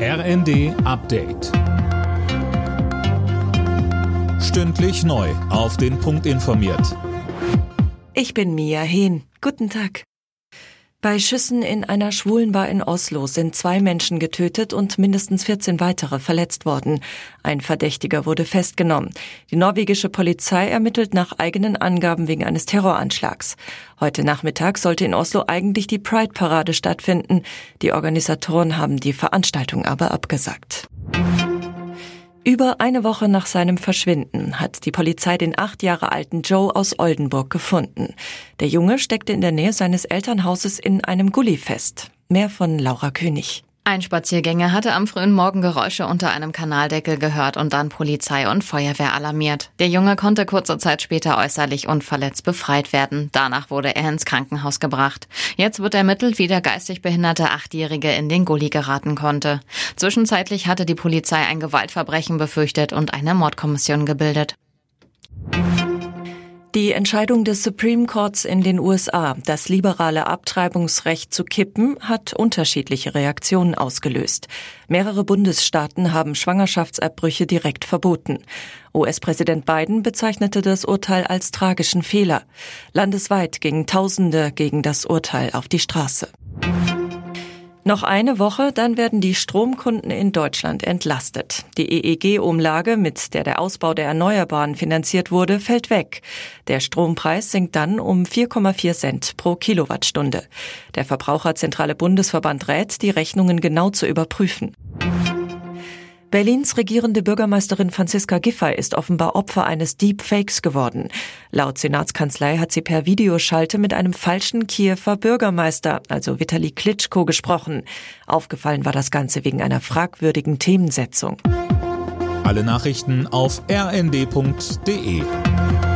RND Update. Stündlich neu auf den Punkt informiert. Ich bin Mia Hehn. Guten Tag. Bei Schüssen in einer Schwulenbar in Oslo sind 2 Menschen getötet und mindestens 14 weitere verletzt worden. Ein Verdächtiger wurde festgenommen. Die norwegische Polizei ermittelt nach eigenen Angaben wegen eines Terroranschlags. Heute Nachmittag sollte in Oslo eigentlich die Pride-Parade stattfinden. Die Organisatoren haben die Veranstaltung aber abgesagt. Über eine Woche nach seinem Verschwinden hat die Polizei den 8 Jahre alten Joe aus Oldenburg gefunden. Der Junge steckte in der Nähe seines Elternhauses in einem Gully fest. Mehr von Laura König. Ein Spaziergänger hatte am frühen Morgen Geräusche unter einem Kanaldeckel gehört und dann Polizei und Feuerwehr alarmiert. Der Junge konnte kurze Zeit später äußerlich unverletzt befreit werden. Danach wurde er ins Krankenhaus gebracht. Jetzt wird ermittelt, wie der geistig behinderte 8-Jährige in den Gully geraten konnte. Zwischenzeitlich hatte die Polizei ein Gewaltverbrechen befürchtet und eine Mordkommission gebildet. Die Entscheidung des Supreme Courts in den USA, das liberale Abtreibungsrecht zu kippen, hat unterschiedliche Reaktionen ausgelöst. Mehrere Bundesstaaten haben Schwangerschaftsabbrüche direkt verboten. US-Präsident Biden bezeichnete das Urteil als tragischen Fehler. Landesweit gingen Tausende gegen das Urteil auf die Straße. Noch eine Woche, dann werden die Stromkunden in Deutschland entlastet. Die EEG-Umlage, mit der Ausbau der Erneuerbaren finanziert wurde, fällt weg. Der Strompreis sinkt dann um 4,4 Cent pro Kilowattstunde. Der Verbraucherzentrale Bundesverband rät, die Rechnungen genau zu überprüfen. Berlins regierende Bürgermeisterin Franziska Giffey ist offenbar Opfer eines Deepfakes geworden. Laut Senatskanzlei hat sie per Videoschalte mit einem falschen Kiewer Bürgermeister, also Vitali Klitschko, gesprochen. Aufgefallen war das Ganze wegen einer fragwürdigen Themensetzung. Alle Nachrichten auf rnd.de.